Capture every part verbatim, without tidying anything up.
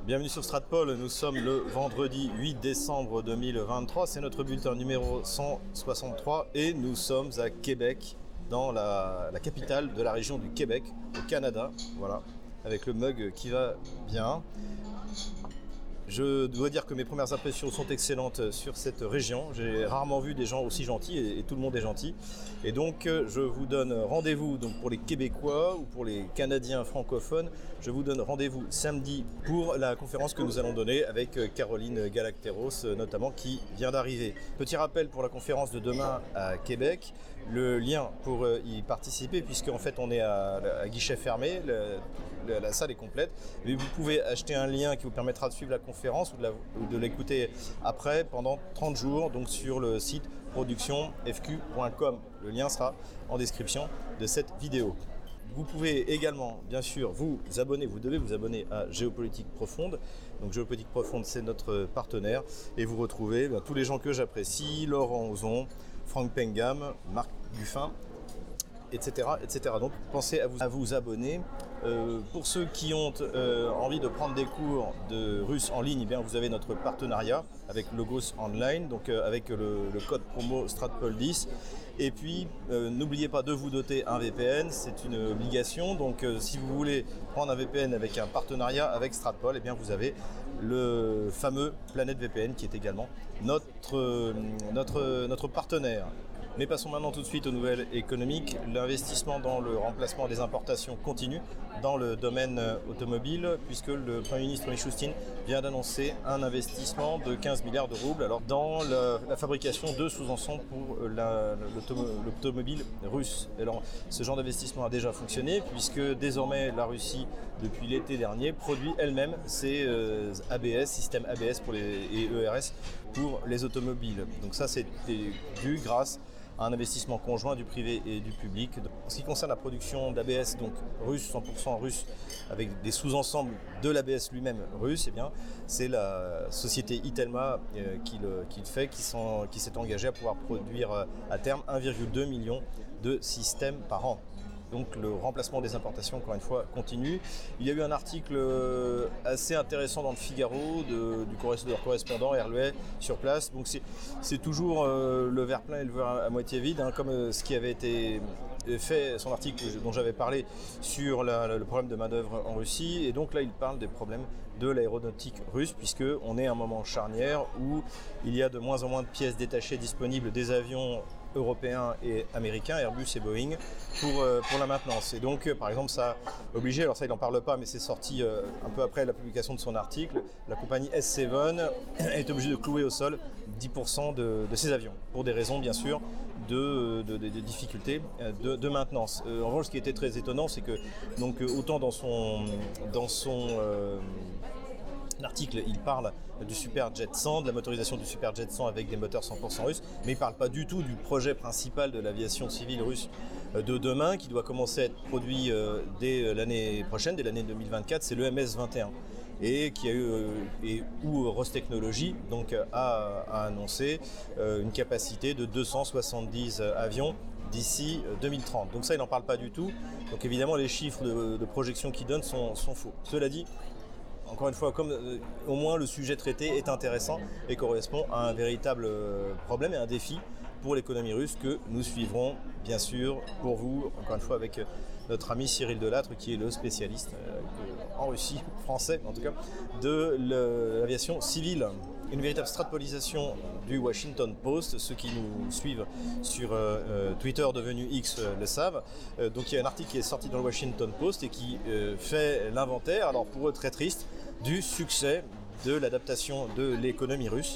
Bienvenue sur Stratpol, nous sommes le vendredi huit décembre deux mille vingt-trois, c'est notre bulletin numéro cent soixante-trois et nous sommes à Québec, dans la, la capitale de la région du Québec, au Canada, voilà, avec le mug qui va bien. Je dois dire que mes premières impressions sont excellentes sur cette région. J'ai rarement vu des gens aussi gentils et, et tout le monde est gentil. Et donc je vous donne rendez-vous donc, pour les Québécois ou pour les Canadiens francophones. Je vous donne rendez-vous samedi pour la conférence que nous allons donner avec Caroline Galacteros notamment qui vient d'arriver. Petit rappel pour la conférence de demain à Québec. Le lien pour y participer puisque en fait on est à, à guichet fermé, le, le, la salle est complète. Mais vous pouvez acheter un lien qui vous permettra de suivre la conférence ou de, la, ou de l'écouter après pendant trente jours donc sur le site production f q point com. Le lien sera en description de cette vidéo. Vous pouvez également, bien sûr, vous abonner, vous devez vous abonner à Géopolitique Profonde. Donc Géopolitique Profonde, c'est notre partenaire et vous retrouvez ben, tous les gens que j'apprécie, Laurent Ozon, Franck Pengam, Marc Guffin, et cetera, et cetera. Donc pensez à vous, à vous abonner. Euh, pour ceux qui ont euh, envie de prendre des cours de russe en ligne, eh bien, vous avez notre partenariat avec Logos Online, donc euh, avec le, le code promo Stratpol dix. Et puis, euh, n'oubliez pas de vous doter un V P N, c'est une obligation. Donc, euh, si vous voulez prendre un V P N avec un partenariat avec Stratpol, eh bien, vous avez le fameux Planète V P N qui est également notre, euh, notre, notre partenaire. Mais passons maintenant tout de suite aux nouvelles économiques. L'investissement dans le remplacement des importations continue dans le domaine automobile, puisque le Premier ministre Mishustin vient d'annoncer un investissement de quinze milliards de roubles alors, dans la, la fabrication de sous-ensembles pour la, l'automobile russe. Alors, ce genre d'investissement a déjà fonctionné, puisque désormais la Russie, depuis l'été dernier, produit elle-même ses euh, A B S, système A B S pour les, et E R S pour les automobiles. Donc ça, c'est dû grâce à un investissement conjoint du privé et du public. En ce qui concerne la production d'A B S, donc russe, cent pour cent russe, avec des sous-ensembles de l'A B S lui-même russe, eh bien, c'est la société Itelma euh, qui, le, qui le fait, qui, sont, qui s'est engagée à pouvoir produire euh, à terme un virgule deux million de systèmes par an. Donc le remplacement des importations, encore une fois, continue. Il y a eu un article assez intéressant dans le Figaro de, du correspondant Herluet sur place. Donc c'est, c'est toujours euh, le verre plein et le verre à, à moitié vide, hein, comme euh, ce qui avait été fait, son article dont j'avais parlé sur la, la, le problème de main-d'œuvre en Russie. Et donc là, il parle des problèmes de l'aéronautique russe, puisqu'on est à un moment charnière où il y a de moins en moins de pièces détachées disponibles des avions européens et américains, Airbus et Boeing, pour, euh, pour la maintenance. Et donc, euh, par exemple, ça a obligé, alors ça il n'en parle pas, mais c'est sorti euh, un peu après la publication de son article, la compagnie S sept est obligée de clouer au sol dix pour cent de, de ses avions, pour des raisons bien sûr de, de, de, de difficultés de, de maintenance. Euh, en revanche, ce qui était très étonnant, c'est que donc, autant dans son, dans son euh, l'article, il parle du Superjet cent, de la motorisation du Superjet cent avec des moteurs cent pour cent russes, mais il ne parle pas du tout du projet principal de l'aviation civile russe de demain, qui doit commencer à être produit dès l'année prochaine, dès l'année deux mille vingt-quatre, c'est le M S vingt et un. Et qui a eu et où Rostechnologie donc a, a annoncé une capacité de deux cent soixante-dix avions d'ici deux mille trente. Donc ça, il n'en parle pas du tout. Donc évidemment, les chiffres de, de projection qu'il donne sont, sont faux. Cela dit, encore une fois, comme euh, au moins le sujet traité est intéressant et correspond à un véritable euh, problème et un défi pour l'économie russe que nous suivrons bien sûr pour vous, encore une fois avec euh, notre ami Cyril Delattre qui est le spécialiste euh, en Russie, français en tout cas, de l'aviation civile. Une véritable stratpolisation du Washington Post, ceux qui nous suivent sur euh, Twitter devenu X euh, le savent. Euh, donc il y a un article qui est sorti dans le Washington Post et qui euh, fait l'inventaire, alors pour eux très triste, du succès de l'adaptation de l'économie russe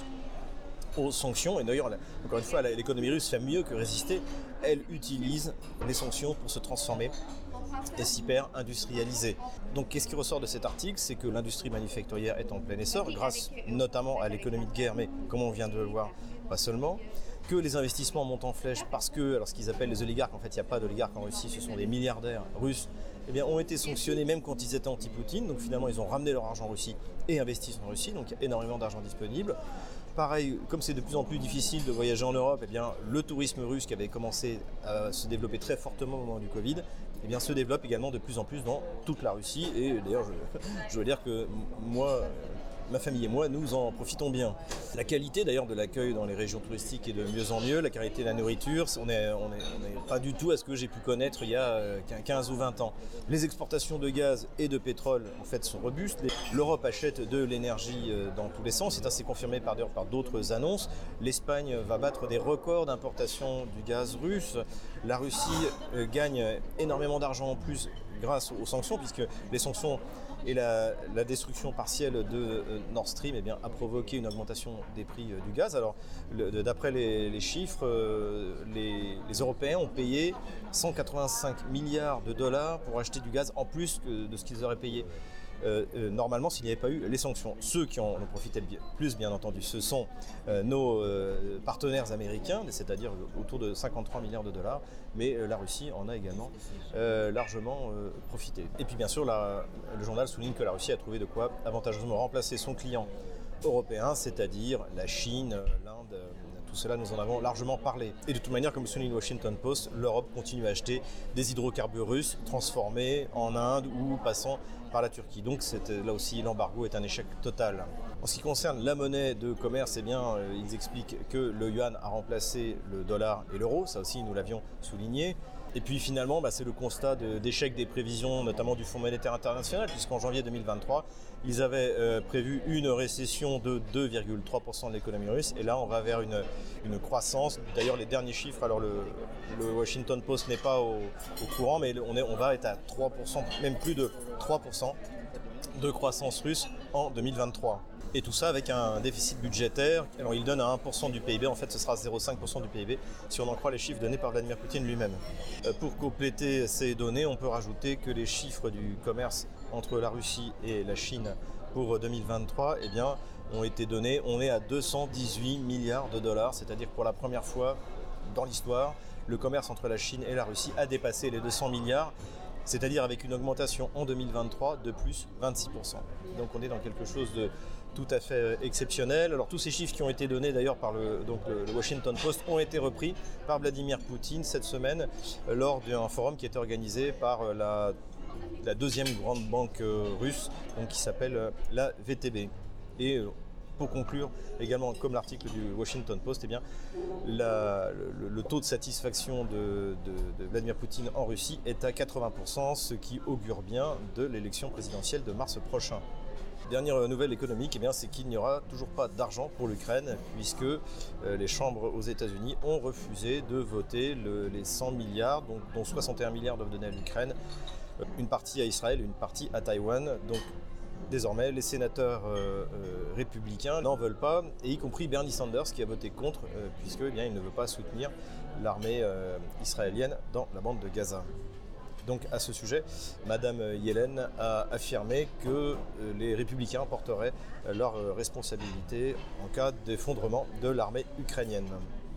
aux sanctions. Et d'ailleurs, encore une fois, l'économie russe fait mieux que résister. Elle utilise les sanctions pour se transformer et s'hyper-industrialiser. Donc qu'est-ce qui ressort de cet article? C'est que l'industrie manufacturière est en plein essor, grâce notamment à l'économie de guerre, mais comme on vient de le voir, pas seulement. Que les investissements montent en flèche parce que, alors ce qu'ils appellent les oligarques, en fait il n'y a pas d'oligarques en Russie, ce sont des milliardaires russes, eh bien, ont été sanctionnés même quand ils étaient anti-Poutine. Donc finalement ils ont ramené leur argent en Russie et investissent en Russie, donc il y a énormément d'argent disponible. Pareil, comme c'est de plus en plus difficile de voyager en Europe, eh bien, le tourisme russe qui avait commencé à se développer très fortement au moment du Covid, eh bien, se développe également de plus en plus dans toute la Russie. Et d'ailleurs, je, je veux dire que moi, ma famille et moi, nous en profitons bien. La qualité d'ailleurs de l'accueil dans les régions touristiques est de mieux en mieux, la qualité de la nourriture, on n'est on est, on est pas du tout à ce que j'ai pu connaître il y a quinze ou vingt ans. Les exportations de gaz et de pétrole en fait sont robustes. L'Europe achète de l'énergie dans tous les sens, c'est assez confirmé par, par d'autres annonces. L'Espagne va battre des records d'importation du gaz russe. La Russie gagne énormément d'argent en plus grâce aux sanctions, puisque les sanctions et la, la destruction partielle de Nord Stream eh bien, a provoqué une augmentation des prix du gaz. Alors, le, d'après les, les chiffres, les, les Européens ont payé cent quatre-vingt-cinq milliards de dollars pour acheter du gaz en plus que de ce qu'ils auraient payé Euh, euh, normalement s'il n'y avait pas eu les sanctions. Ceux qui en ont profité le plus, bien entendu, ce sont euh, nos euh, partenaires américains, c'est-à-dire autour de cinquante-trois milliards de dollars, mais euh, la Russie en a également euh, largement euh, profité. Et puis bien sûr, la, le journal souligne que la Russie a trouvé de quoi avantageusement remplacer son client européen, c'est-à-dire la Chine, l'Inde, euh, tout cela nous en avons largement parlé. Et de toute manière, comme le souligne le Washington Post, l'Europe continue à acheter des hydrocarbures russes transformés en Inde ou passant par la Turquie. Donc là aussi, l'embargo est un échec total. En ce qui concerne la monnaie de commerce, eh bien, euh, ils expliquent que le yuan a remplacé le dollar et l'euro. Ça aussi, nous l'avions souligné. Et puis finalement, bah, c'est le constat de, d'échec des prévisions, notamment du Fonds monétaire international, puisqu'en janvier deux mille vingt-trois, ils avaient euh, prévu une récession de deux virgule trois pour cent de l'économie russe. Et là, on va vers une, une croissance. D'ailleurs, les derniers chiffres, alors le, le Washington Post n'est pas au, au courant, mais on, est, on va être à trois pour cent, même plus de trois pour cent de croissance russe en deux mille vingt-trois. Et tout ça avec un déficit budgétaire. Alors il donne à un pour cent du P I B, en fait ce sera zéro virgule cinq pour cent du P I B si on en croit les chiffres donnés par Vladimir Poutine lui-même. Euh, pour compléter ces données, on peut rajouter que les chiffres du commerce entre la Russie et la Chine pour deux mille vingt-trois eh bien, ont été donnés. On est à deux cent dix-huit milliards de dollars, c'est-à-dire pour la première fois dans l'histoire, le commerce entre la Chine et la Russie a dépassé les deux cents milliards. C'est-à-dire avec une augmentation en deux mille vingt-trois de plus vingt-six pour cent. Donc on est dans quelque chose de tout à fait exceptionnel. Alors tous ces chiffres qui ont été donnés d'ailleurs par le, donc le, le Washington Post ont été repris par Vladimir Poutine cette semaine lors d'un forum qui était organisé par la, la deuxième grande banque russe, donc qui s'appelle la V T B. Et pour conclure, également comme l'article du Washington Post, eh bien, la, le, le taux de satisfaction de, de, de Vladimir Poutine en Russie est à quatre-vingts pour cent, ce qui augure bien de l'élection présidentielle de mars prochain. Dernière nouvelle économique, eh bien, c'est qu'il n'y aura toujours pas d'argent pour l'Ukraine, puisque euh, les chambres aux États-Unis ont refusé de voter le, les cent milliards, donc, dont soixante et un milliards doivent donner à l'Ukraine, une partie à Israël, une partie à Taïwan. Donc, désormais, les sénateurs euh, euh, républicains n'en veulent pas, et y compris Bernie Sanders qui a voté contre, euh, puisque eh bien, il ne veut pas soutenir l'armée euh, israélienne dans la bande de Gaza. Donc à ce sujet, Madame Yellen a affirmé que euh, les républicains porteraient euh, leurs responsabilités en cas d'effondrement de l'armée ukrainienne.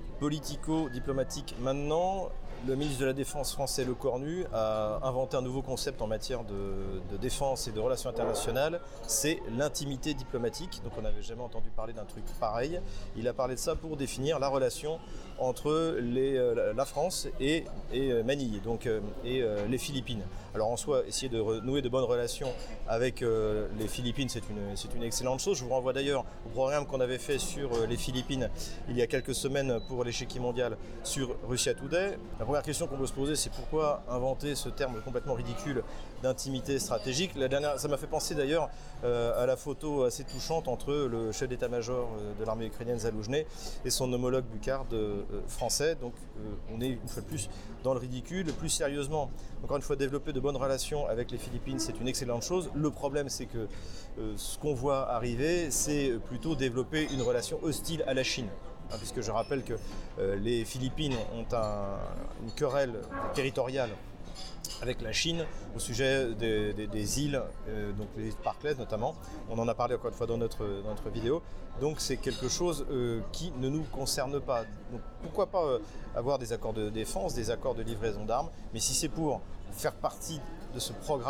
Politico-diplomatique maintenant. Le ministre de la Défense français Le Cornu a inventé un nouveau concept en matière de, de défense et de relations internationales, c'est l'intimité diplomatique. Donc on n'avait jamais entendu parler d'un truc pareil. Il a parlé de ça pour définir la relation entre les, euh, la France et, et euh, Manille, donc, euh, et euh, les Philippines. Alors en soi, essayer de renouer de bonnes relations avec euh, les Philippines, c'est une, c'est une excellente chose. Je vous renvoie d'ailleurs au programme qu'on avait fait sur euh, les Philippines il y a quelques semaines pour l'échiquier mondial sur Russia Today. La première question qu'on peut se poser, c'est pourquoi inventer ce terme complètement ridicule d'intimité stratégique. La dernière, ça m'a fait penser d'ailleurs euh, à la photo assez touchante entre le chef d'état-major de l'armée ukrainienne Zaloujny et son homologue Bucard euh, français. Donc euh, on est une fois de plus dans le ridicule. Plus sérieusement, encore une fois, développer de bonnes relations avec les Philippines, c'est une excellente chose. Le problème, c'est que euh, ce qu'on voit arriver, c'est plutôt développer une relation hostile à la Chine. Hein, puisque je rappelle que euh, les Philippines ont un, une querelle territoriale avec la Chine au sujet des, des, des îles, euh, donc les Parklets notamment. On en a parlé encore une fois dans notre, dans notre vidéo. Donc c'est quelque chose euh, qui ne nous concerne pas. Donc pourquoi pas euh, avoir des accords de défense, des accords de livraison d'armes, mais si c'est pour faire partie de ce programme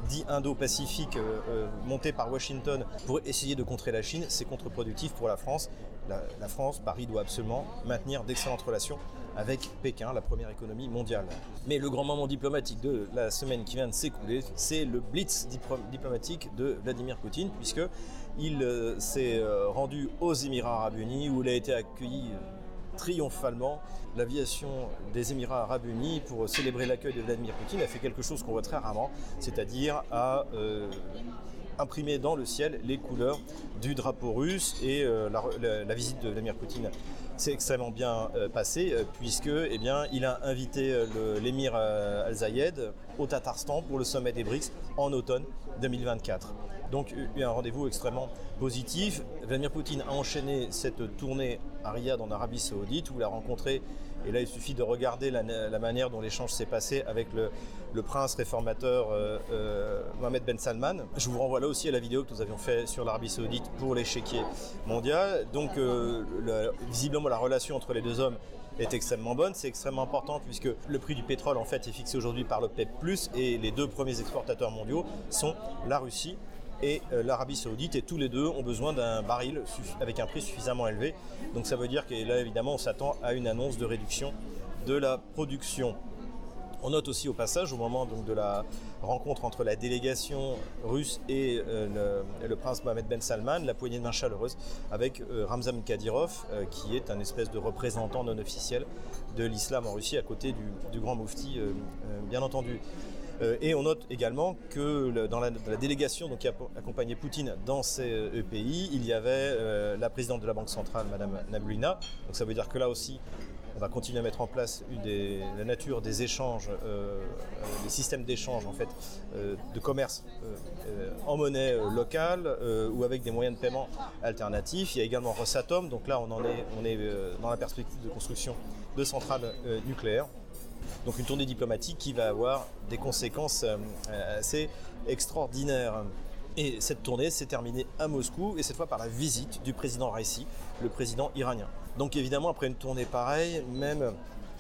dit indo-pacifique euh, euh, monté par Washington pour essayer de contrer la Chine, c'est contre-productif pour la France. La, la France, Paris doit absolument maintenir d'excellentes relations avec Pékin, la première économie mondiale. Mais le grand moment diplomatique de la semaine qui vient de s'écouler, c'est le blitz diplomatique de Vladimir Poutine, puisqu'il euh, s'est euh, rendu aux Émirats Arabes Unis, où il a été accueilli euh, triomphalement. L'aviation des Émirats Arabes Unis, pour célébrer l'accueil de Vladimir Poutine, a fait quelque chose qu'on voit très rarement, c'est-à-dire à euh, imprimer dans le ciel les couleurs du drapeau russe. Et euh, la, la, la visite de Vladimir Poutine s'est extrêmement bien euh, passée, euh, puisque eh bien, il a invité euh, l'émir euh, Al-Zayed au Tatarstan pour le sommet des BRICS en automne deux mille vingt-quatre. Donc un rendez-vous extrêmement positif. Vladimir Poutine a enchaîné cette tournée à Riyad en Arabie Saoudite, où il a rencontré, et là il suffit de regarder la, la manière dont l'échange s'est passé avec le, le prince réformateur euh, euh, Mohammed Ben Salman. Je vous renvoie là aussi à la vidéo que nous avions fait sur l'Arabie Saoudite pour l'échiquier mondial. Donc euh, le, visiblement la relation entre les deux hommes est extrêmement bonne, c'est extrêmement important puisque le prix du pétrole en fait est fixé aujourd'hui par l'OPEP plus, et les deux premiers exportateurs mondiaux sont la Russie et euh, l'Arabie Saoudite, et tous les deux ont besoin d'un baril avec un prix suffisamment élevé. Donc ça veut dire que là évidemment on s'attend à une annonce de réduction de la production. On note aussi au passage, au moment donc, de la rencontre entre la délégation russe et euh, le, le prince Mohammed Ben Salman, la poignée de main chaleureuse avec euh, Ramzan Kadyrov, euh, qui est un espèce de représentant non officiel de l'islam en Russie, à côté du, du grand moufti, euh, euh, bien entendu. Euh, et on note également que le, dans, la, dans la délégation donc, qui a accompagné Poutine dans ces euh, pays, il y avait euh, la présidente de la Banque centrale, Madame Nabiulina. Donc ça veut dire que là aussi, on va continuer à mettre en place une des, la nature des échanges, euh, les systèmes d'échange en fait, euh, de commerce euh, euh, en monnaie euh, locale euh, ou avec des moyens de paiement alternatifs. Il y a également Rosatom, donc là on en est, on est euh, dans la perspective de construction de centrales euh, nucléaires. Donc une tournée diplomatique qui va avoir des conséquences euh, assez extraordinaires. Et cette tournée s'est terminée à Moscou, et cette fois par la visite du président Raisi, le président iranien. Donc évidemment, après une tournée pareille, même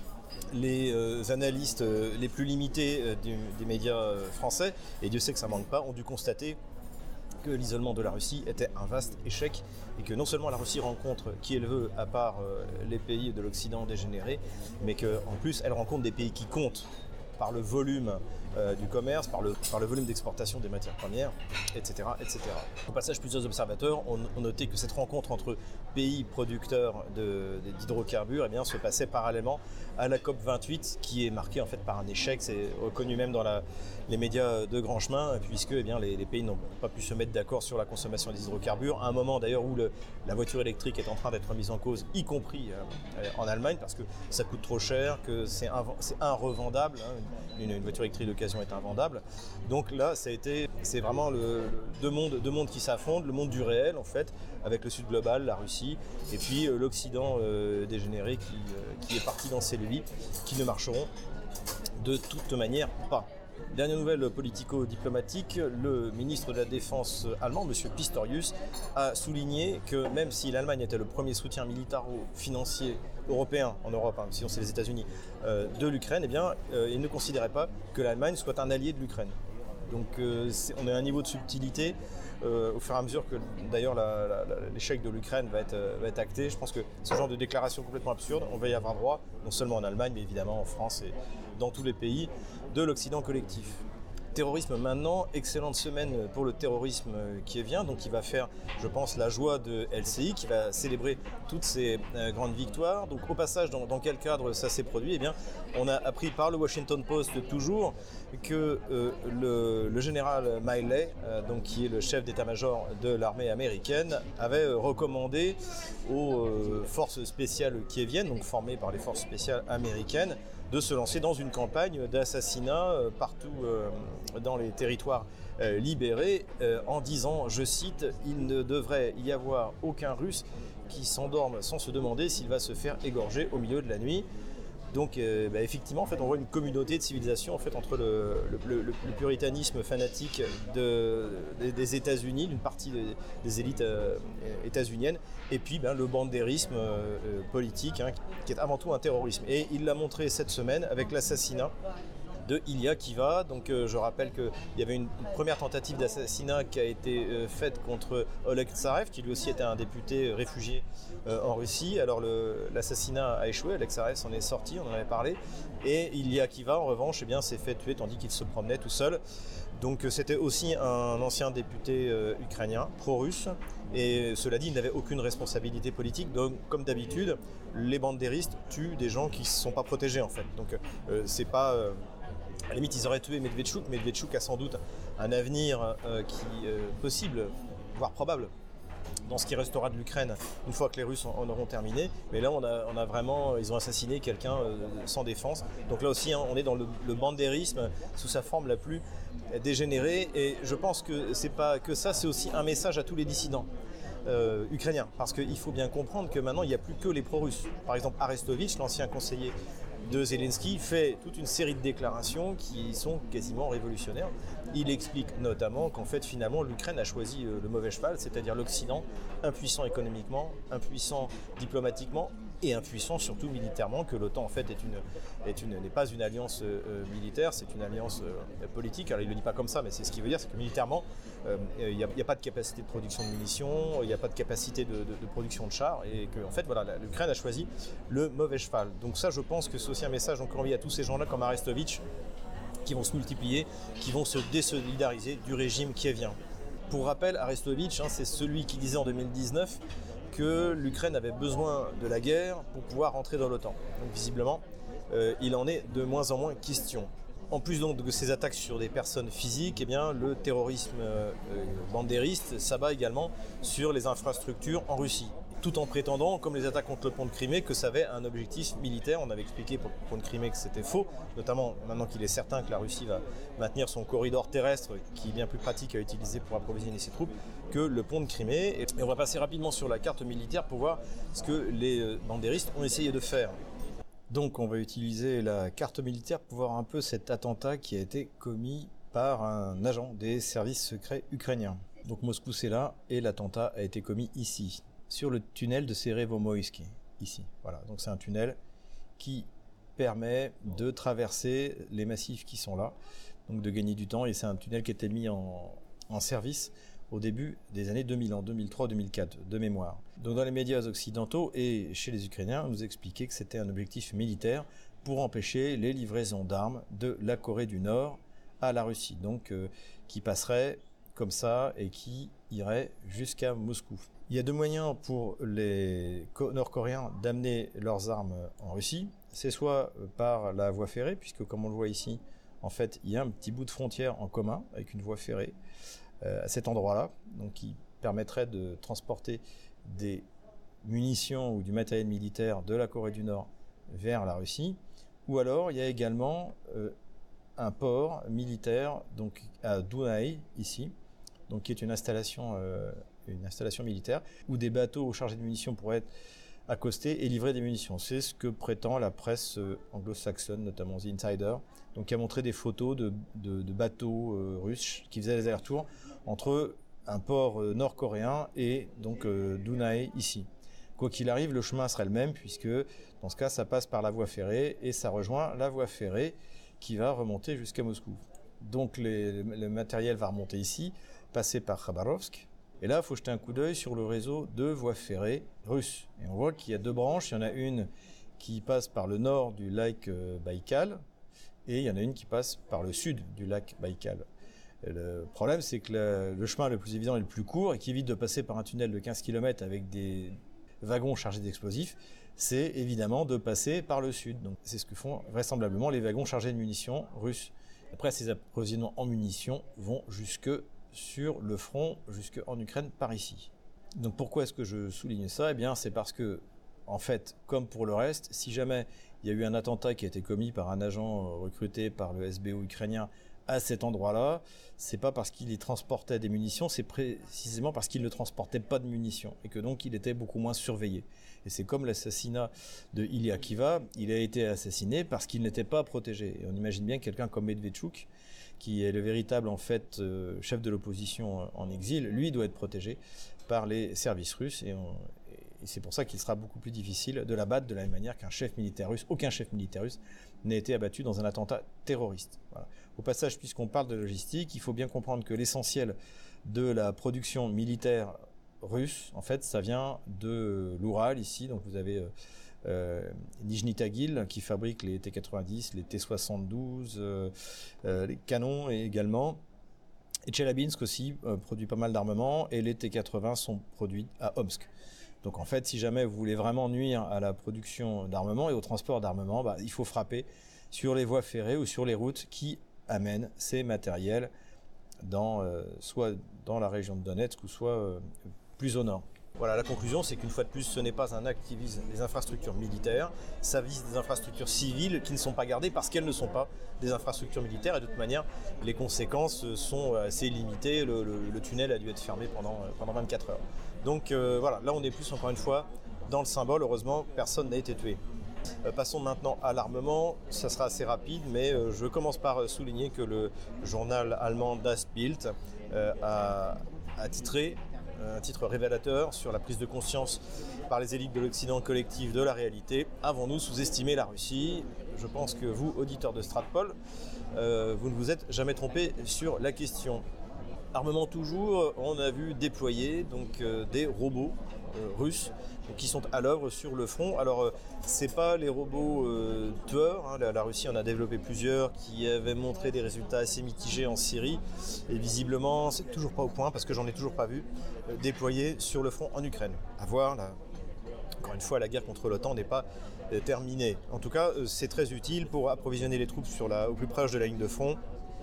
les euh, analystes euh, les plus limités euh, du, des médias euh, français, et Dieu sait que ça ne manque pas, ont dû constater que l'isolement de la Russie était un vaste échec, et que non seulement la Russie rencontre qui elle veut à part euh, les pays de l'Occident dégénéré, mais qu'en plus elle rencontre des pays qui comptent par le volume euh, du commerce, par le, par le volume d'exportation des matières premières, et cetera, et cetera. Au passage, plusieurs observateurs ont, ont noté que cette rencontre entre pays producteurs de, d'hydrocarbures eh bien, se passait parallèlement à la COP vingt-huit, qui est marquée en fait par un échec. C'est reconnu même dans la, les médias de grand chemin, puisque eh bien, les, les pays n'ont pas pu se mettre d'accord sur la consommation des hydrocarbures, à un moment d'ailleurs où le, la voiture électrique est en train d'être mise en cause, y compris euh, en Allemagne, parce que ça coûte trop cher, que c'est, inv- c'est invendable, hein, une, une voiture électrique d'occasion est invendable. Donc là, ça a été, c'est vraiment le, le, deux, mondes, deux mondes qui s'affrontent, le monde du réel en fait, avec le sud global, la Russie, et puis euh, l'Occident euh, dégénéré qui, euh, qui est parti dans ses leviers, qui ne marcheront de toute manière pas. Dernière nouvelle politico-diplomatique, le ministre de la Défense allemand, M. Pistorius, a souligné que même si l'Allemagne était le premier soutien militaro-financier européen en Europe, hein, sinon c'est les États-Unis, euh, de l'Ukraine, eh bien, euh, il ne considérait pas que l'Allemagne soit un allié de l'Ukraine. Donc euh, c'est, on a un niveau de subtilité euh, au fur et à mesure que d'ailleurs la, la, la, l'échec de l'Ukraine va être, euh, va être acté. Je pense que ce genre de déclaration complètement absurde, on va y avoir droit, non seulement en Allemagne, mais évidemment en France et dans tous les pays de l'Occident collectif. Terrorisme maintenant, excellente semaine pour le terrorisme qui vient, donc qui va faire, je pense, la joie de L C I, qui va célébrer toutes ces euh, grandes victoires. Donc au passage, dans, dans quel cadre ça s'est produit ? Eh bien, on a appris par le Washington Post toujours que euh, le, le général Milley, euh, donc, qui est le chef d'état-major de l'armée américaine, avait euh, recommandé aux euh, forces spéciales kieviennes, donc formées par les forces spéciales américaines, de se lancer dans une campagne d'assassinat euh, partout euh, dans les territoires euh, libérés, euh, en disant, je cite, « Il ne devrait y avoir aucun Russe qui s'endorme sans se demander s'il va se faire égorger au milieu de la nuit ». Donc euh, bah, effectivement, en fait, on voit une communauté de civilisation en fait, entre le, le, le, le puritanisme fanatique de, des, des États-Unis, d'une partie des, des élites euh, états-uniennes, et puis ben, le bandérisme euh, politique, hein, qui est avant tout un terrorisme. Et il l'a montré cette semaine avec l'assassinat de Ilya Kiva. Donc euh, je rappelle qu'il y avait une, une première tentative d'assassinat qui a été euh, faite contre Oleg Tsarev, qui lui aussi était un député euh, réfugié euh, en Russie. Alors le, l'assassinat a échoué, Oleg Tsarev s'en est sorti, on en avait parlé. Et Ilya Kiva, en revanche, eh bien, s'est fait tuer tandis qu'il se promenait tout seul. Donc c'était aussi un ancien député euh, ukrainien, pro-russe, et cela dit, il n'avait aucune responsabilité politique. Donc comme d'habitude, les bandéristes tuent des gens qui ne sont pas protégés en fait. Donc euh, c'est pas... Euh, à la limite, ils auraient tué Medvedchuk. Medvedchuk a sans doute un avenir euh, qui euh, possible, voire probable, dans ce qui restera de l'Ukraine une fois que les Russes en, en auront terminé. Mais là, on a, on a vraiment, ils ont assassiné quelqu'un euh, sans défense. Donc là aussi, hein, on est dans le, le bandérisme sous sa forme la plus dégénérée. Et je pense que c'est pas que ça, c'est aussi un message à tous les dissidents euh, ukrainiens. Parce qu'il faut bien comprendre que maintenant, il n'y a plus que les pro-russes. Par exemple, Arestovitch, l'ancien conseiller de Zelensky, fait toute une série de déclarations qui sont quasiment révolutionnaires. Il explique notamment qu'en fait, finalement, l'Ukraine a choisi le mauvais cheval, c'est-à-dire l'Occident, impuissant économiquement, impuissant diplomatiquement et impuissant surtout militairement, que l'OTAN en fait est une, est une, n'est pas une alliance euh, militaire, c'est une alliance euh, politique. Alors il ne le dit pas comme ça, mais c'est ce qu'il veut dire, c'est que militairement, euh, il n'y a, a pas de capacité de production de munitions, il n'y a pas de capacité de, de, de production de chars, et que en fait, voilà, l'Ukraine a choisi le mauvais cheval. Donc ça, je pense que c'est aussi un message encore envoyé à tous ces gens-là comme Arestovitch, qui vont se multiplier, qui vont se désolidariser du régime kievien. Pour rappel, Arestovitch, hein, c'est celui qui disait en deux mille dix-neuf que l'Ukraine avait besoin de la guerre pour pouvoir entrer dans l'OTAN. Donc visiblement, euh, il en est de moins en moins question. En plus donc de ces attaques sur des personnes physiques, eh bien, le terrorisme euh, bandériste s'abat également sur les infrastructures en Russie. Tout en prétendant, comme les attaques contre le pont de Crimée, que ça avait un objectif militaire. On avait expliqué pour le pont de Crimée que c'était faux, notamment maintenant qu'il est certain que la Russie va maintenir son corridor terrestre, qui est bien plus pratique à utiliser pour approvisionner ses troupes, que le pont de Crimée. Et on va passer rapidement sur la carte militaire pour voir ce que les bandéristes ont essayé de faire. Donc on va utiliser la carte militaire pour voir un peu cet attentat qui a été commis par un agent des services secrets ukrainiens. Donc Moscou c'est là, et l'attentat a été commis ici, sur le tunnel de Serevomoïski, ici. Voilà, donc c'est un tunnel qui permet de traverser les massifs qui sont là, donc de gagner du temps, et c'est un tunnel qui a été mis en, en service au début des années deux mille, en deux mille trois deux mille quatre, de mémoire. Donc dans les médias occidentaux et chez les Ukrainiens, on nous expliquait que c'était un objectif militaire pour empêcher les livraisons d'armes de la Corée du Nord à la Russie, donc euh, qui passerait comme ça et qui irait jusqu'à Moscou. Il y a deux moyens pour les Nord-Coréens d'amener leurs armes en Russie. C'est soit par la voie ferrée, puisque comme on le voit ici, en fait, il y a un petit bout de frontière en commun avec une voie ferrée euh, à cet endroit-là, donc qui permettrait de transporter des munitions ou du matériel militaire de la Corée du Nord vers la Russie. Ou alors, il y a également euh, un port militaire donc à Dunai, ici, donc qui est une installation euh, une installation militaire, où des bateaux chargés de munitions pourraient être accostés et livrer des munitions. C'est ce que prétend la presse anglo-saxonne, notamment The Insider, donc qui a montré des photos de, de, de bateaux euh, russes qui faisaient des allers-retours entre un port euh, nord-coréen et donc euh, Dunai ici. Quoi qu'il arrive, le chemin sera le même, puisque dans ce cas, ça passe par la voie ferrée et ça rejoint la voie ferrée qui va remonter jusqu'à Moscou. Donc les, le matériel va remonter ici, passer par Khabarovsk. Et là, il faut jeter un coup d'œil sur le réseau de voies ferrées russes. Et on voit qu'il y a deux branches. Il y en a une qui passe par le nord du lac Baïkal et il y en a une qui passe par le sud du lac Baïkal. Et le problème, c'est que le, le chemin le plus évident et le plus court, et qui évite de passer par un tunnel de quinze kilomètres avec des wagons chargés d'explosifs, c'est évidemment de passer par le sud. Donc, c'est ce que font vraisemblablement les wagons chargés de munitions russes. Après, ces approvisionnements en munitions vont jusque sur le front, jusqu'en Ukraine, par ici. Donc pourquoi est-ce que je souligne ça ? Eh bien, c'est parce que, en fait, comme pour le reste, si jamais il y a eu un attentat qui a été commis par un agent recruté par le S B U ukrainien à cet endroit-là, c'est pas parce qu'il y transportait des munitions, c'est précisément parce qu'il ne transportait pas de munitions et que donc il était beaucoup moins surveillé. Et c'est comme l'assassinat de Ilya Kiva, il a été assassiné parce qu'il n'était pas protégé. Et on imagine bien quelqu'un comme Medvedchuk, qui est le véritable en fait euh, chef de l'opposition en exil, lui doit être protégé par les services russes et, on, et c'est pour ça qu'il sera beaucoup plus difficile de l'abattre de la même manière qu'un chef militaire russe, aucun chef militaire russe n'a été abattu dans un attentat terroriste. Voilà. Au passage, puisqu'on parle de logistique, il faut bien comprendre que l'essentiel de la production militaire russe, en fait, ça vient de l'Oural ici. Donc vous avez euh, euh, Nijni Tagil qui fabrique les T quatre-vingt-dix, les T soixante-douze, euh, euh, les canons et également. Et Tcheliabinsk aussi euh, produit pas mal d'armements et les T quatre-vingts sont produits à Omsk. Donc en fait, si jamais vous voulez vraiment nuire à la production d'armement et au transport d'armement, bah, il faut frapper sur les voies ferrées ou sur les routes qui amènent ces matériels dans, euh, soit dans la région de Donetsk ou soit euh, plus au nord. Voilà, la conclusion, c'est qu'une fois de plus, ce n'est pas un acte qui vise les infrastructures militaires, ça vise des infrastructures civiles qui ne sont pas gardées parce qu'elles ne sont pas des infrastructures militaires et de toute manière, les conséquences sont assez limitées. Le, le, le tunnel a dû être fermé pendant, pendant vingt-quatre heures. Donc euh, voilà, là on est plus encore une fois dans le symbole. Heureusement, personne n'a été tué. Euh, passons maintenant à l'armement, ça sera assez rapide, mais euh, je commence par souligner que le journal allemand Das Bild euh, a, a titré un titre révélateur sur la prise de conscience par les élites de l'Occident collectif de la réalité. Avons-nous sous-estimé la Russie ? Je pense que vous, auditeurs de Stratpol, euh, vous ne vous êtes jamais trompé sur la question. Armement toujours, on a vu déployer donc, euh, des robots euh, russes donc, qui sont à l'œuvre sur le front. Alors, euh, c'est pas les robots euh, tueurs, hein. la, la Russie en a développé plusieurs qui avaient montré des résultats assez mitigés en Syrie. Et visiblement, c'est toujours pas au point, parce que j'en ai toujours pas vu, euh, déployés sur le front en Ukraine. À voir, là, encore une fois, la guerre contre l'OTAN n'est pas euh, terminée. En tout cas, euh, c'est très utile pour approvisionner les troupes sur la, au plus proche de la ligne de front,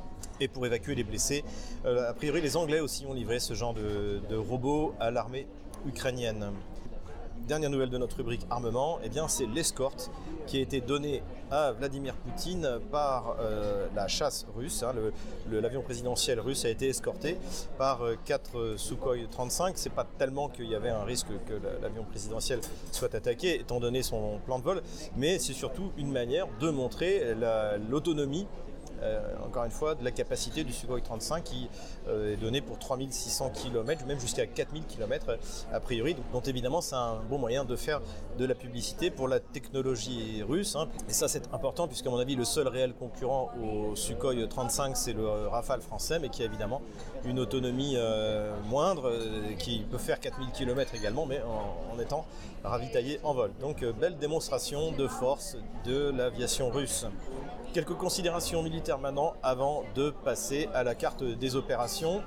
et pour évacuer les blessés. Euh, a priori, les Anglais aussi ont livré ce genre de, de robots à l'armée ukrainienne. Dernière nouvelle de notre rubrique armement, eh bien, c'est l'escorte qui a été donnée à Vladimir Poutine par euh, la chasse russe. Hein. Le, le, l'avion présidentiel russe a été escorté par euh, quatre Sukhoi trente-cinq. C'est pas tellement qu'il y avait un risque que la, l'avion présidentiel soit attaqué, étant donné son plan de vol, mais c'est surtout une manière de montrer la, l'autonomie Euh, encore une fois, de la capacité du Sukhoi trente-cinq qui euh, est donnée pour trois mille six cents kilomètres, même jusqu'à quatre mille kilomètres euh, a priori. Donc, donc évidemment, c'est un bon moyen de faire de la publicité pour la technologie russe. Hein. Et ça, c'est important, puisqu'à mon avis, le seul réel concurrent au Sukhoi trente-cinq, c'est le Rafale français, mais qui a évidemment une autonomie euh, moindre, euh, qui peut faire quatre mille kilomètres également, mais en, en étant ravitaillé en vol. Donc, euh, belle démonstration de force de l'aviation russe. Quelques considérations militaires maintenant avant de passer à la carte des opérations.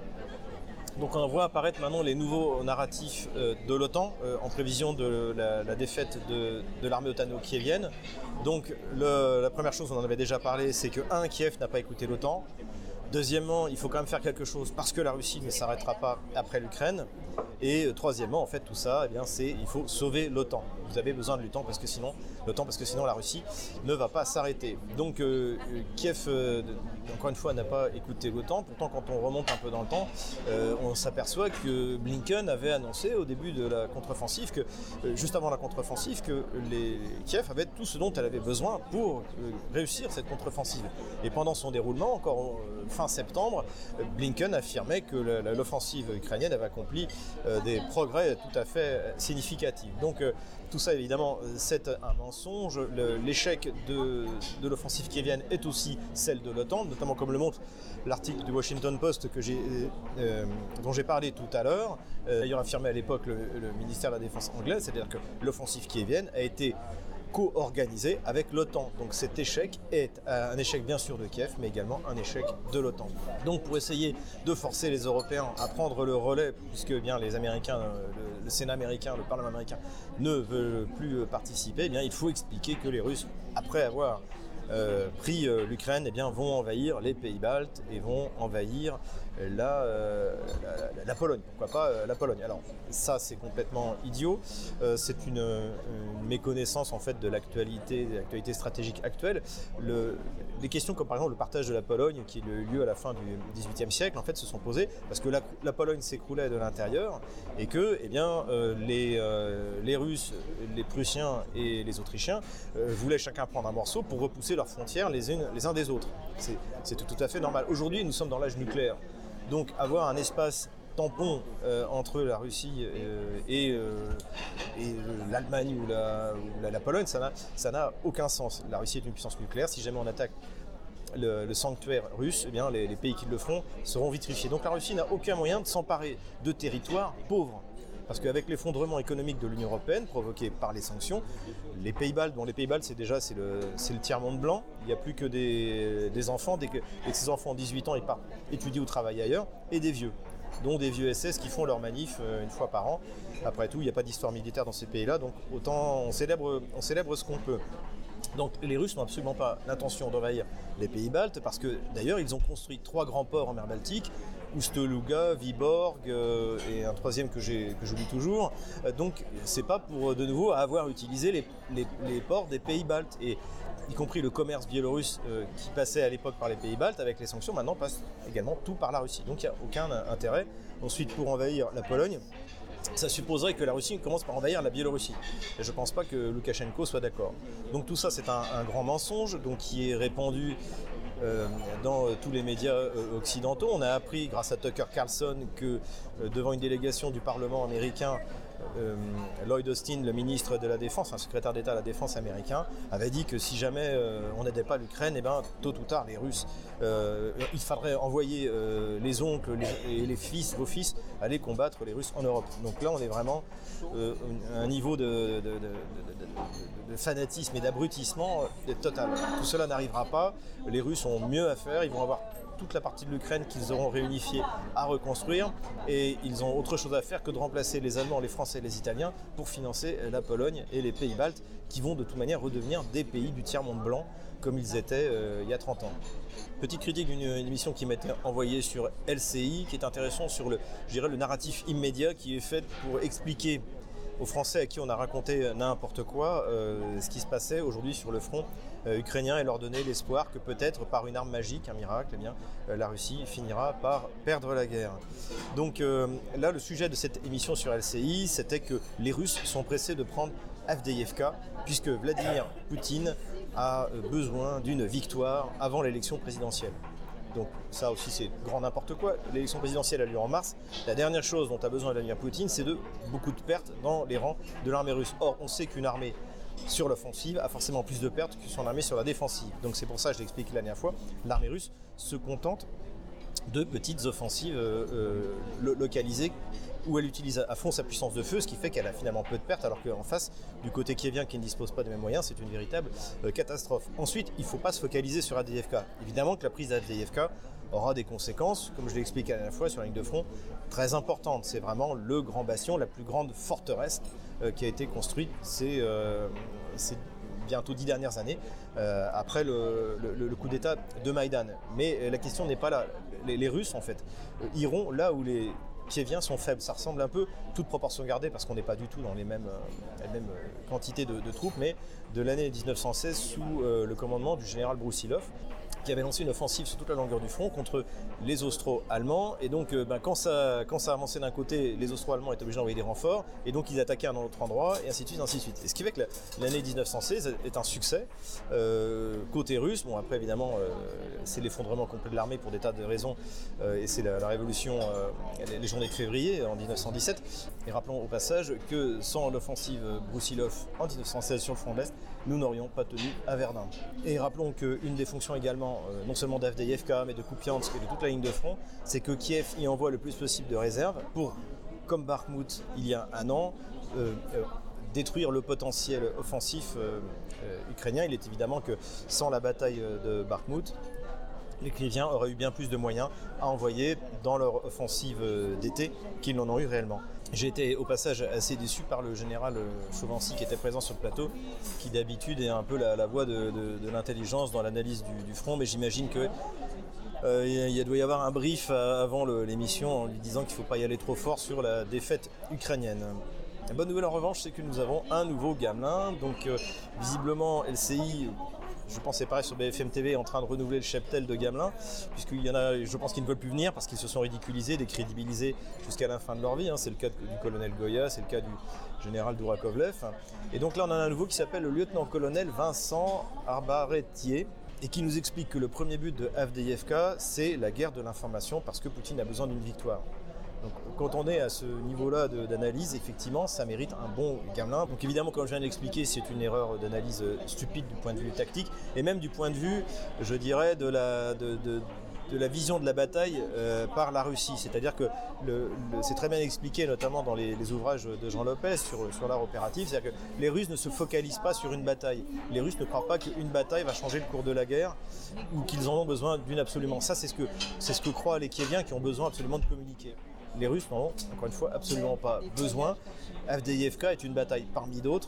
Donc on voit apparaître maintenant les nouveaux narratifs euh, de l'OTAN euh, en prévision de la, la défaite de, de l'armée otano-kievienne. Donc le, la première chose, on en avait déjà parlé, c'est que un, Kiev n'a pas écouté l'OTAN. Deuxièmement, il faut quand même faire quelque chose parce que la Russie ne s'arrêtera pas après l'Ukraine. Et euh, troisièmement, en fait, tout ça, eh bien, c'est il faut sauver l'OTAN. Vous avez besoin de l'OTAN parce que sinon, l'OTAN parce que sinon la Russie ne va pas s'arrêter. Donc euh, Kiev, euh, encore une fois, n'a pas écouté l'OTAN. Pourtant, quand on remonte un peu dans le temps, euh, on s'aperçoit que Blinken avait annoncé au début de la contre-offensive, que euh, juste avant la contre-offensive, que les Kiev avait tout ce dont elle avait besoin pour euh, réussir cette contre-offensive. Et pendant son déroulement, encore euh, fin septembre, Blinken affirmait que la, l'offensive ukrainienne avait accompli euh, des progrès tout à fait significatifs. Donc euh, tout ça, évidemment, c'est un mensonge. Le, l'échec de, de l'offensive kievienne est aussi celle de l'OTAN, notamment comme le montre l'article du Washington Post que j'ai, euh, dont j'ai parlé tout à l'heure, euh, d'ailleurs affirmé à l'époque le, le ministère de la Défense anglais, c'est-à-dire que l'offensive kievienne a été co-organisé avec l'OTAN. Donc cet échec est un échec bien sûr de Kiev, mais également un échec de l'OTAN. Donc pour essayer de forcer les Européens à prendre le relais, puisque bien les Américains, le, le Sénat américain, le Parlement américain ne veulent plus participer, eh bien il faut expliquer que les Russes, après avoir euh, pris euh, l'Ukraine, eh bien vont envahir les pays baltes et vont envahir La, euh, la, la Pologne, pourquoi pas euh, la Pologne. Alors ça c'est complètement idiot, euh, c'est une, une méconnaissance en fait de l'actualité, de l'actualité stratégique actuelle. Le, les questions comme par exemple le partage de la Pologne qui a eu lieu à la fin du dix-huitième siècle en fait se sont posées parce que la, la Pologne s'écroulait de l'intérieur et que eh bien, euh, les, euh, les Russes, les Prussiens et les Autrichiens euh, voulaient chacun prendre un morceau pour repousser leurs frontières les, unes, les uns des autres. C'est, c'est tout, tout à fait normal. Aujourd'hui nous sommes dans l'âge nucléaire. Donc avoir un espace tampon euh, entre la Russie euh, et, euh, et l'Allemagne ou, la, ou la, la Pologne, ça n'a, ça n'a aucun sens. La Russie est une puissance nucléaire. Si jamais on attaque le, le sanctuaire russe, eh bien, les, les pays qui le feront seront vitrifiés. Donc la Russie n'a aucun moyen de s'emparer de territoires pauvres. Parce qu'avec l'effondrement économique de l'Union européenne provoqué par les sanctions, les pays baltes, bon les pays baltes c'est déjà c'est le, c'est le tiers-monde blanc, il n'y a plus que des, des enfants, dès que, dès que ces enfants ont dix-huit ans ils partent étudier ou travailler ailleurs, et des vieux, dont des vieux S S qui font leur manif une fois par an. Après tout, il n'y a pas d'histoire militaire dans ces pays-là, donc autant on célèbre, on célèbre ce qu'on peut. Donc les Russes n'ont absolument pas l'intention d'envahir les pays baltes, parce que d'ailleurs ils ont construit trois grands ports en mer Baltique, Ust-Luga, Vyborg euh, et un troisième que, j'ai, que j'oublie toujours. Euh, donc c'est pas pour de nouveau avoir utilisé les, les, les ports des pays baltes, et y compris le commerce biélorusse euh, qui passait à l'époque par les pays baltes avec les sanctions, maintenant passe également tout par la Russie. Donc il n'y a aucun intérêt. Ensuite, pour envahir la Pologne, ça supposerait que la Russie commence par envahir la Biélorussie. Et je ne pense pas que Loukachenko soit d'accord. Donc tout ça, c'est un, un grand mensonge donc, qui est répandu euh, dans euh, tous les médias euh, occidentaux. On a appris, grâce à Tucker Carlson, que euh, devant une délégation du Parlement américain, Euh, Lloyd Austin, le ministre de la Défense, un secrétaire d'État à la Défense américain, avait dit que si jamais euh, on n'aidait pas l'Ukraine, eh ben, tôt ou tard, les Russes, euh, il faudrait envoyer euh, les oncles les, et les fils, vos fils, aller combattre les Russes en Europe. Donc là, on est vraiment euh, un niveau de, de, de, de, de, de fanatisme et d'abrutissement euh, total. Tout cela n'arrivera pas. Les Russes ont mieux à faire. Ils vont avoir toute la partie de l'Ukraine qu'ils auront réunifiée à reconstruire, et ils ont autre chose à faire que de remplacer les Allemands, les Français et les Italiens pour financer la Pologne et les pays baltes, qui vont de toute manière redevenir des pays du tiers-monde blanc comme ils étaient euh, il y a trente ans. Petite critique d'une émission qui m'a été envoyée sur L C I, qui est intéressant sur le, je dirais, le narratif immédiat qui est fait pour expliquer aux Français à qui on a raconté n'importe quoi euh, ce qui se passait aujourd'hui sur le front euh, ukrainien, et leur donner l'espoir que peut-être par une arme magique, un miracle, eh bien, euh, la Russie finira par perdre la guerre. Donc euh, là, le sujet de cette émission sur L C I, c'était que les Russes sont pressés de prendre Avdiivka, puisque Vladimir Poutine a besoin d'une victoire avant l'élection présidentielle. Donc ça aussi c'est grand n'importe quoi. L'élection présidentielle a lieu en mars. La dernière chose dont a besoin Vladimir Poutine, c'est de beaucoup de pertes dans les rangs de l'armée russe. Or, on sait qu'une armée sur l'offensive a forcément plus de pertes que son armée sur la défensive. Donc c'est pour ça, je l'ai expliqué la dernière fois, l'armée russe se contente de petites offensives euh, euh, localisées où elle utilise à fond sa puissance de feu, ce qui fait qu'elle a finalement peu de pertes, alors qu'en face, du côté kievien qui ne dispose pas des mêmes moyens, c'est une véritable euh, catastrophe. Ensuite, il ne faut pas se focaliser sur Avdiivka. Évidemment que la prise d'Avdiivka aura des conséquences, comme je l'ai expliqué la dernière fois, sur la ligne de front, très importantes. C'est vraiment le grand bastion, la plus grande forteresse euh, qui a été construite ces, euh, ces bientôt dix dernières années, euh, après le, le, le coup d'État de Maïdan. Mais la question n'est pas là. Les, les Russes, en fait, euh, iront là où les Kieviens sont faibles. Ça ressemble un peu, toute proportion gardée, parce qu'on n'est pas du tout dans les mêmes, euh, les mêmes quantités de, de troupes, mais de l'année dix-neuf cent seize sous euh, le commandement du général Broussilov, qui avait lancé une offensive sur toute la longueur du front contre les Austro-Allemands. Et donc, euh, ben, quand, ça, quand ça avançait d'un côté, les Austro-Allemands étaient obligés d'envoyer des renforts, et donc ils attaquaient à un autre endroit, et ainsi de suite, ainsi de suite. Et ce qui fait que la, l'année dix-neuf cent seize est un succès euh, côté russe. Bon, après, évidemment, euh, c'est l'effondrement complet de l'armée pour des tas de raisons, euh, et c'est la, la révolution, euh, les, les journées de février en dix-neuf cent dix-sept. Et rappelons au passage que sans l'offensive Broussilov en dix-neuf cent seize sur le front de l'Est, nous n'aurions pas tenu à Verdun. Et rappelons qu'une des fonctions également, euh, non seulement d'Avdiivka, mais de Kupiansk et de toute la ligne de front, c'est que Kiev y envoie le plus possible de réserves pour, comme Bakhmout il y a un an, euh, euh, détruire le potentiel offensif euh, euh, ukrainien. Il est évidemment que sans la bataille de Bakhmout, les Kieviens auraient eu bien plus de moyens à envoyer dans leur offensive d'été qu'ils n'en ont eu réellement. J'ai été au passage assez déçu par le général Chauvency qui était présent sur le plateau, qui d'habitude est un peu la, la voix de, de, de l'intelligence dans l'analyse du, du front, mais j'imagine que euh, il doit y avoir un brief avant le, l'émission en lui disant qu'il ne faut pas y aller trop fort sur la défaite ukrainienne. La bonne nouvelle en revanche, c'est que nous avons un nouveau gamelin, donc euh, visiblement L C I, je pense c'est pareil sur B F M T V, est en train de renouveler le cheptel de gamelins, puisqu'il y en a, je pense qu'ils ne veulent plus venir parce qu'ils se sont ridiculisés, décrédibilisés jusqu'à la fin de leur vie, hein. C'est le cas du colonel Goya, c'est le cas du général Dourakovlev, et donc là on a un nouveau qui s'appelle le lieutenant-colonel Vincent Arbaretier, et qui nous explique que le premier but de Avdiivka, c'est la guerre de l'information, parce que Poutine a besoin d'une victoire. Donc, quand on est à ce niveau-là de, d'analyse, effectivement, ça mérite un bon gamelin. Donc évidemment, comme je viens de l'expliquer, c'est une erreur d'analyse stupide du point de vue tactique, et même du point de vue, je dirais, de la, de, de, de la vision de la bataille euh, par la Russie. C'est-à-dire que le, le, c'est très bien expliqué, notamment dans les, les ouvrages de Jean Lopez sur, sur l'art opératif, c'est-à-dire que les Russes ne se focalisent pas sur une bataille. Les Russes ne croient pas qu'une bataille va changer le cours de la guerre ou qu'ils en ont besoin d'une absolument. Ça, c'est ce que, c'est ce que croient les Kieviens qui ont besoin absolument de communiquer. Les Russes n'en ont, encore une fois, absolument pas besoin. Avdiïevka est une bataille parmi d'autres.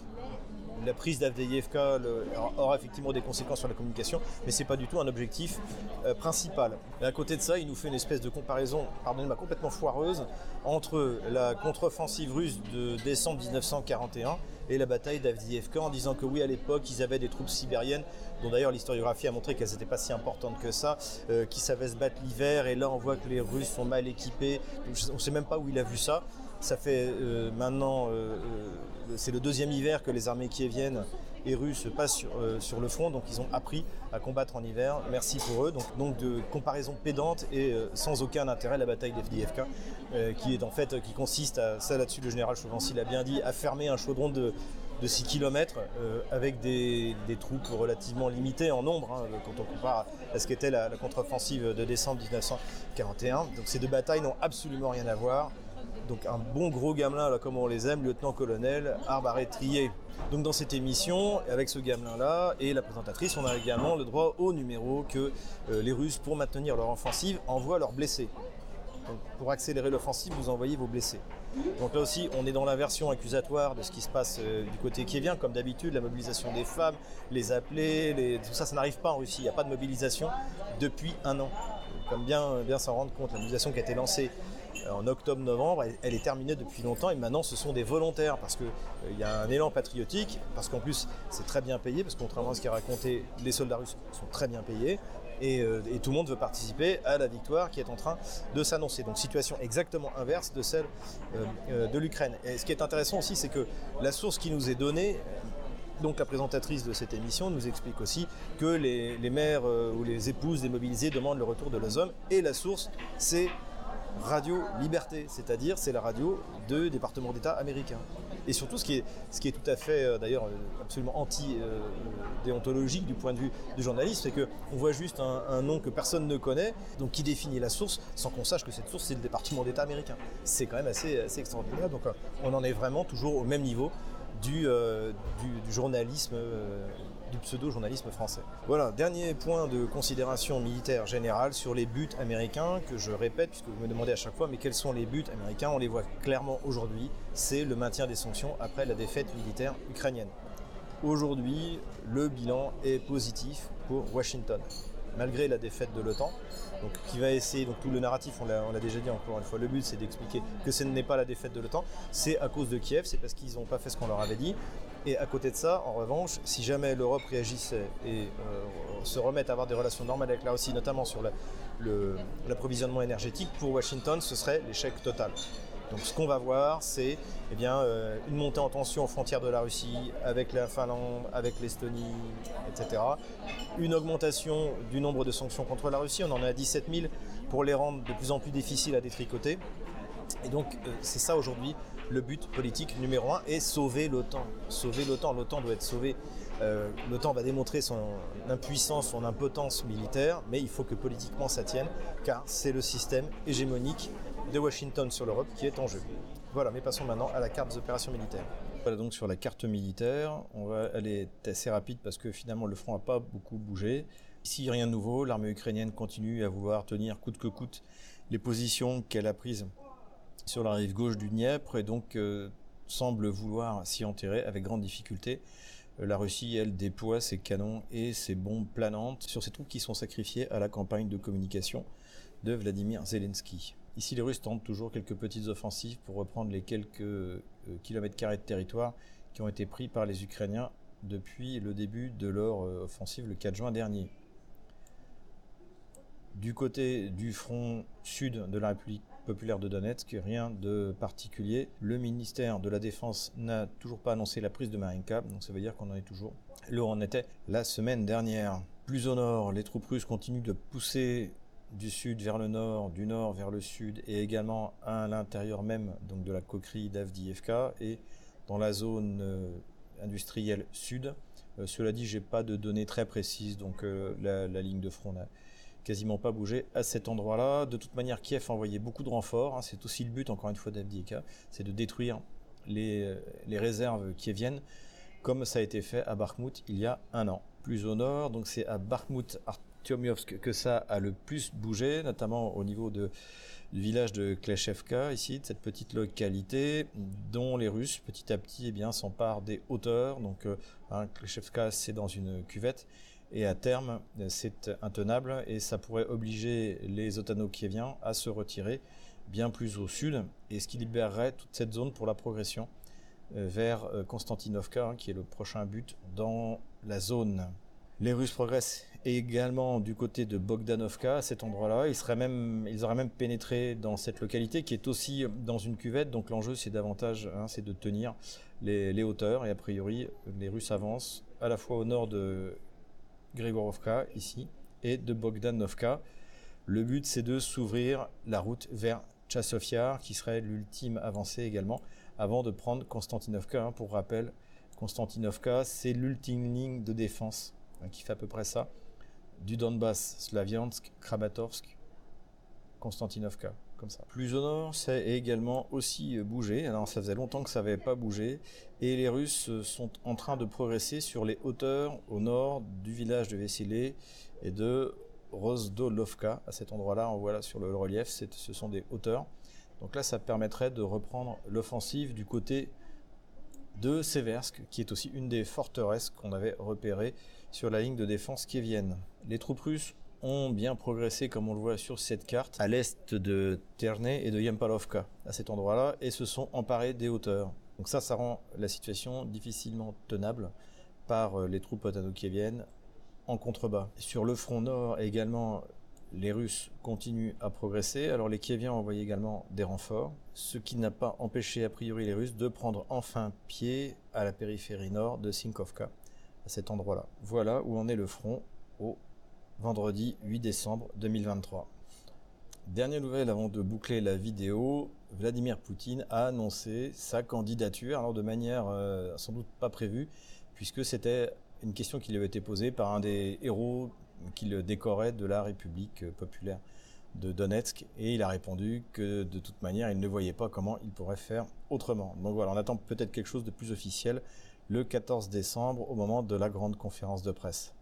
La prise d'Avdiïevka aura effectivement des conséquences sur la communication, mais ce n'est pas du tout un objectif euh, principal. Et à côté de ça, il nous fait une espèce de comparaison, pardonnez-moi, complètement foireuse entre la contre-offensive russe de décembre dix-neuf cent quarante et un et la bataille d'Avdiïevka, en disant que oui, à l'époque, ils avaient des troupes sibériennes, dont d'ailleurs l'historiographie a montré qu'elles n'étaient pas si importantes que ça, euh, qui savaient se battre l'hiver, et là on voit que les Russes sont mal équipés. On ne sait même pas où il a vu ça. Ça fait euh, maintenant, euh, euh, c'est le deuxième hiver que les armées kieviennes et russes passent sur, euh, sur le front, donc ils ont appris à combattre en hiver. Merci pour eux. Donc, donc de comparaison pédante et euh, sans aucun intérêt, la bataille d'Avdiïevka, euh, qui est en fait, qui consiste à, ça là-dessus le général Chauvency l'a bien dit, à fermer un chaudron de, de six kilomètres euh, avec des, des troupes relativement limitées en nombre, hein, quand on compare à ce qu'était la, la contre-offensive de décembre dix-neuf cent quarante et un. Donc ces deux batailles n'ont absolument rien à voir. Donc un bon gros gamelin, là, comme on les aime, lieutenant-colonel, arbre à rétrier. Donc dans cette émission, avec ce gamelin-là et la présentatrice, on a également le droit au numéro que euh, les Russes, pour maintenir leur offensive, envoient leurs blessés. Donc, pour accélérer l'offensive, vous envoyez vos blessés. Donc là aussi, on est dans la version accusatoire de ce qui se passe euh, du côté kievien, comme d'habitude, la mobilisation des femmes, les appelés, les... tout ça, ça n'arrive pas en Russie. Il n'y a pas de mobilisation depuis un an. Comme bien, bien s'en rendre compte, la mobilisation qui a été lancée en octobre-novembre, elle, elle est terminée depuis longtemps et maintenant ce sont des volontaires parce qu'il euh, y a un élan patriotique, parce qu'en plus c'est très bien payé, parce que contrairement à ce qu'a raconté, les soldats russes sont très bien payés et, euh, et tout le monde veut participer à la victoire qui est en train de s'annoncer. Donc situation exactement inverse de celle euh, euh, de l'Ukraine. Et ce qui est intéressant aussi, c'est que la source qui nous est donnée, donc la présentatrice de cette émission nous explique aussi que les, les mères euh, ou les épouses des mobilisés demandent le retour de leurs hommes et la source c'est Radio Liberté, c'est-à-dire c'est la radio de département d'État américain. Et surtout, ce qui est, ce qui est tout à fait, euh, d'ailleurs, absolument anti-déontologique euh, du point de vue du journaliste, c'est qu'on voit juste un, un nom que personne ne connaît, donc qui définit la source, sans qu'on sache que cette source, c'est le département d'État américain. C'est quand même assez, assez extraordinaire, donc euh, on en est vraiment toujours au même niveau du, euh, du, du journalisme euh, du pseudo-journalisme français. Voilà, dernier point de considération militaire générale sur les buts américains, que je répète, puisque vous me demandez à chaque fois, mais quels sont les buts américains? On les voit clairement aujourd'hui, c'est le maintien des sanctions après la défaite militaire ukrainienne. Aujourd'hui, le bilan est positif pour Washington, malgré la défaite de l'OTAN, donc qui va essayer, donc tout le narratif, on l'a, on l'a déjà dit encore une fois, le but c'est d'expliquer que ce n'est pas la défaite de l'OTAN, c'est à cause de Kiev, c'est parce qu'ils n'ont pas fait ce qu'on leur avait dit. Et à côté de ça, en revanche, si jamais l'Europe réagissait et euh, se remet à avoir des relations normales avec la Russie, notamment sur la, le, l'approvisionnement énergétique, pour Washington, ce serait l'échec total. Donc ce qu'on va voir, c'est eh bien, euh, une montée en tension aux frontières de la Russie, avec la Finlande, avec l'Estonie, et cetera. Une augmentation du nombre de sanctions contre la Russie, on en est à dix-sept mille, pour les rendre de plus en plus difficiles à détricoter. Et donc euh, c'est ça aujourd'hui le but politique numéro un, est sauver l'OTAN. Sauver l'OTAN, l'OTAN doit être sauvée. Euh, L'OTAN va démontrer son impuissance, son impotence militaire, mais il faut que politiquement ça tienne, car c'est le système hégémonique de Washington sur l'Europe qui est en jeu. Voilà, mais passons maintenant à la carte des opérations militaires. Voilà donc sur la carte militaire, on va aller assez rapide parce que finalement le front n'a pas beaucoup bougé. Ici, rien de nouveau, l'armée ukrainienne continue à vouloir tenir coûte que coûte les positions qu'elle a prises sur la rive gauche du Dniepr et donc euh, semble vouloir s'y enterrer avec grande difficulté. Euh, la Russie, elle, déploie ses canons et ses bombes planantes sur ces troupes qui sont sacrifiées à la campagne de communication de Vladimir Zelensky. Ici, les Russes tentent toujours quelques petites offensives pour reprendre les quelques euh, kilomètres carrés de territoire qui ont été pris par les Ukrainiens depuis le début de leur euh, offensive le quatre juin dernier. Du côté du front sud de la République populaire de Donetsk, rien de particulier. Le ministère de la Défense n'a toujours pas annoncé la prise de Marinka, donc ça veut dire qu'on en est toujours là où on était la semaine dernière. Plus au nord, les troupes russes continuent de pousser du sud vers le nord, du nord vers le sud et également à l'intérieur même donc de la coquerie d'Avdiivka et dans la zone euh, industrielle sud. Euh, cela dit, j'ai pas de données très précises, donc euh, la, la ligne de front n'a quasiment pas bougé à cet endroit-là. De toute manière, Kiev a envoyé beaucoup de renforts, hein. C'est aussi le but, encore une fois, d'Avdiivka, c'est de détruire les, les réserves kieviennes, comme ça a été fait à Bakhmout il y a un an. Plus au nord, donc c'est à Bakhmout-Artyomovsk que ça a le plus bougé, notamment au niveau de, du village de Kleshevka, ici, de cette petite localité, dont les Russes, petit à petit, eh bien, s'emparent des hauteurs. Donc, euh, hein, Kleshevka, c'est dans une cuvette, et à terme, c'est intenable, et ça pourrait obliger les otano-kieviens à se retirer bien plus au sud, et ce qui libérerait toute cette zone pour la progression vers Konstantinovka, hein, qui est le prochain but dans la zone. Les Russes progressent également du côté de Bogdanovka, à cet endroit-là. Ils, seraient même, ils auraient même pénétré dans cette localité qui est aussi dans une cuvette. Donc l'enjeu, c'est davantage, hein, c'est de tenir les, les hauteurs. Et a priori, les Russes avancent à la fois au nord de Grigorovka, ici, et de Bogdanovka. Le but, c'est de s'ouvrir la route vers Tchassov-Yar, qui serait l'ultime avancée également, avant de prendre Konstantinovka. Hein. Pour rappel, Konstantinovka, c'est l'ultime ligne de défense, hein, qui fait à peu près ça, du Donbass, Slaviansk, Kramatorsk, Konstantinovka, comme ça. Plus au nord, ça a également aussi bougé. Alors ça faisait longtemps que ça n'avait pas bougé, et les Russes sont en train de progresser sur les hauteurs au nord du village de Vessilé et de Rozdolovka. À cet endroit-là, on voit là sur le relief, ce sont des hauteurs. Donc là, ça permettrait de reprendre l'offensive du côté de Seversk, qui est aussi une des forteresses qu'on avait repérées sur la ligne de défense kievienne. Les troupes russes ont bien progressé, comme on le voit sur cette carte, à l'est de Ternay et de Yempalovka, à cet endroit-là, et se sont emparés des hauteurs. Donc ça, ça rend la situation difficilement tenable par les troupes otano-kieviennes en contrebas. Sur le front nord également, les Russes continuent à progresser. Alors les Kieviens ont envoyé également des renforts, ce qui n'a pas empêché a priori les Russes de prendre enfin pied à la périphérie nord de Sinkovka, à cet endroit-là. Voilà où en est le front au vendredi huit décembre deux mille vingt-trois. Dernière nouvelle avant de boucler la vidéo, Vladimir Poutine a annoncé sa candidature, alors de manière euh, sans doute pas prévue, puisque c'était une question qui lui avait été posée par un des héros qui le décorait de la République populaire de Donetsk, et il a répondu que de toute manière il ne voyait pas comment il pourrait faire autrement. Donc voilà, on attend peut-être quelque chose de plus officiel le quatorze décembre au moment de la grande conférence de presse.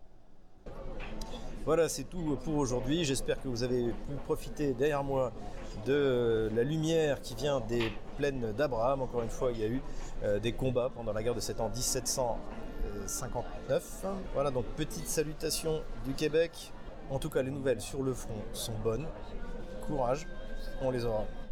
Voilà, c'est tout pour aujourd'hui. J'espère que vous avez pu profiter derrière moi de la lumière qui vient des plaines d'Abraham. Encore une fois, il y a eu euh, des combats pendant la guerre de sept ans, dix-sept cent cinquante-neuf. Voilà, donc petite salutation du Québec. En tout cas, les nouvelles sur le front sont bonnes. Courage, on les aura.